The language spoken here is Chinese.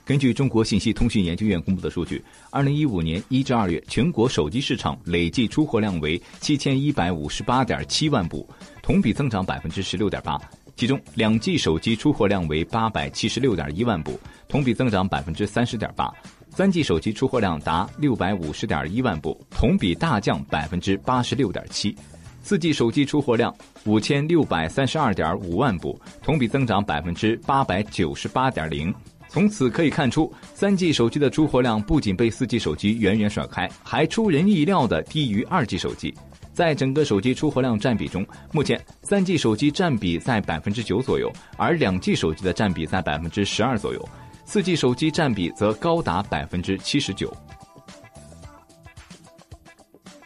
根据中国信息通讯研究院公布的数据，2015年1至2月全国手机市场累计出货量为7158.7万部，同比增长 16.8%。其中2G 手机出货量为876.1万部，同比增长 30.8%。3G 手机出货量达650.1万部，同比大降 86.7%。4G 手机出货量5632.5万部，同比增长 898.0%。从此可以看出， 3G 手机的出货量不仅被 4G 手机远远甩开，还出人意料的低于 2G 手机。在整个手机出货量占比中，目前 3G 手机占比在 9% 左右，而 2G 手机的占比在 12% 左右， 4G 手机占比则高达 79%。